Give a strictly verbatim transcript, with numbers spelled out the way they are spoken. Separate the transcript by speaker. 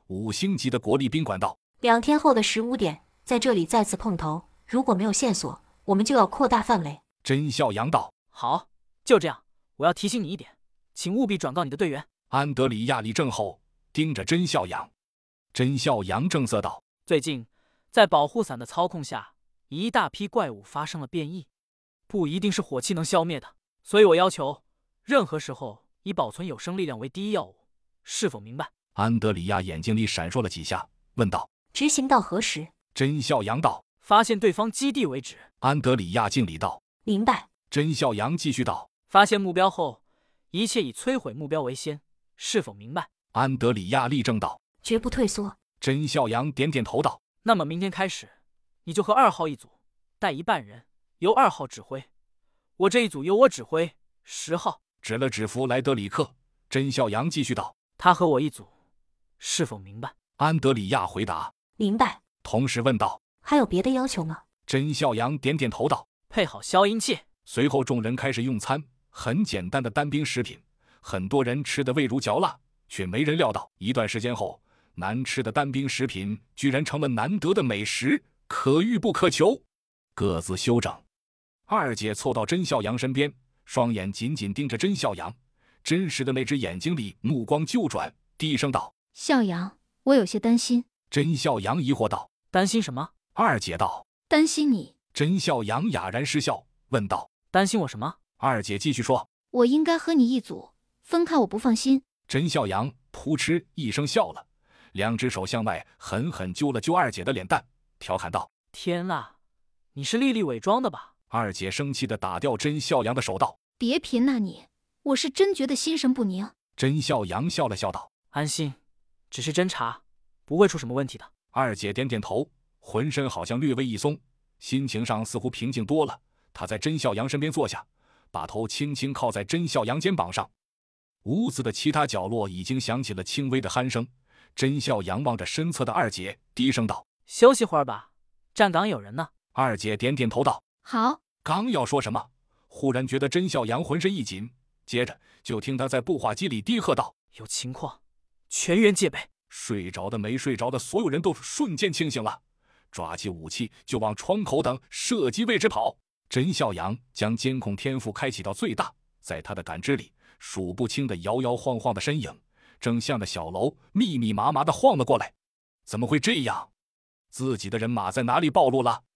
Speaker 1: 五星级的国立宾馆道：
Speaker 2: 两天后的十五点，在这里再次碰头，如果没有线索，我们就要扩大范围。
Speaker 1: 甄笑阳道：
Speaker 3: 好，就这样。我要提醒你一点，请务必转告你的队员。
Speaker 1: 安德里亚立正后，盯着甄笑阳。甄笑阳正色道：
Speaker 3: 最近，在保护伞的操控下，一大批怪物发生了变异，不一定是火器能消灭的，所以我要求，任何时候以保存有生力量为第一要务，是否明白？
Speaker 1: 安德里亚眼睛里闪烁了几下，问道：
Speaker 2: 执行到何时？
Speaker 1: 甄笑阳道：
Speaker 3: 发现对方基地为止。
Speaker 1: 安德里亚敬礼道：
Speaker 2: 明白。
Speaker 1: 甄笑阳继续道：
Speaker 3: 发现目标后，一切以摧毁目标为先，是否明白？
Speaker 1: 安德里亚立正道：
Speaker 2: 绝不退缩。
Speaker 1: 甄笑阳点点头道：
Speaker 3: 那么明天开始，你就和二号一组，带一半人，由二号指挥，我这一组由我指挥。十号
Speaker 1: 指了指弗莱德里克。甄笑阳继续道：
Speaker 3: 他和我一组，是否明白？
Speaker 1: 安德里亚回答：
Speaker 2: 明白。
Speaker 1: 同时问道：
Speaker 2: 还有别的要求吗？
Speaker 1: 甄笑阳点点头道：
Speaker 3: 配好消音器。
Speaker 1: 随后众人开始用餐，很简单的单兵食品，很多人吃得味如嚼蜡，却没人料到一段时间后，难吃的单兵食品居然成了难得的美食，可遇不可求。各自休整。二姐凑到甄笑阳身边，双眼紧紧盯着甄笑阳，真实的那只眼睛里目光就转，低声道：
Speaker 4: 笑阳，我有些担心。
Speaker 1: 甄笑阳疑惑道：
Speaker 3: 担心什么？
Speaker 1: 二姐道：
Speaker 4: 担心你。
Speaker 1: 甄笑阳哑然失笑，问道：
Speaker 3: 担心我什么？
Speaker 1: 二姐继续说：
Speaker 4: 我应该和你一组，分开我不放心。
Speaker 1: 甄笑阳扑哧一声笑了，两只手向外狠狠揪了揪二姐的脸蛋，调侃道：
Speaker 3: 天啊，你是丽丽伪装的吧？
Speaker 1: 二姐生气地打掉甄笑阳的手道：
Speaker 4: 别贫呐你，我是真觉得心神不宁。
Speaker 1: 甄笑阳笑了笑道：
Speaker 3: 安心，只是侦查，不会出什么问题的。
Speaker 1: 二姐点点头，浑身好像略微一松，心情上似乎平静多了。她在甄笑阳身边坐下，把头轻轻靠在甄笑阳肩膀上。屋子的其他角落已经响起了轻微的鼾声。甄笑阳望着身侧的二姐，低声道：
Speaker 3: 休息会儿吧，站岗有人呢。
Speaker 1: 二姐点点头道：
Speaker 4: 好。
Speaker 1: 刚要说什么，忽然觉得甄笑阳浑身一紧，接着就听他在步话机里低喝道：
Speaker 3: 有情况，全员戒备。
Speaker 1: 睡着的没睡着的所有人都瞬间清醒了，抓起武器就往窗口等射击位置跑。甄笑阳将监控天赋开启到最大，在他的感知里，数不清的摇摇晃晃的身影正向着小楼密密麻麻的晃了过来。怎么会这样？自己的人马在哪里暴露了？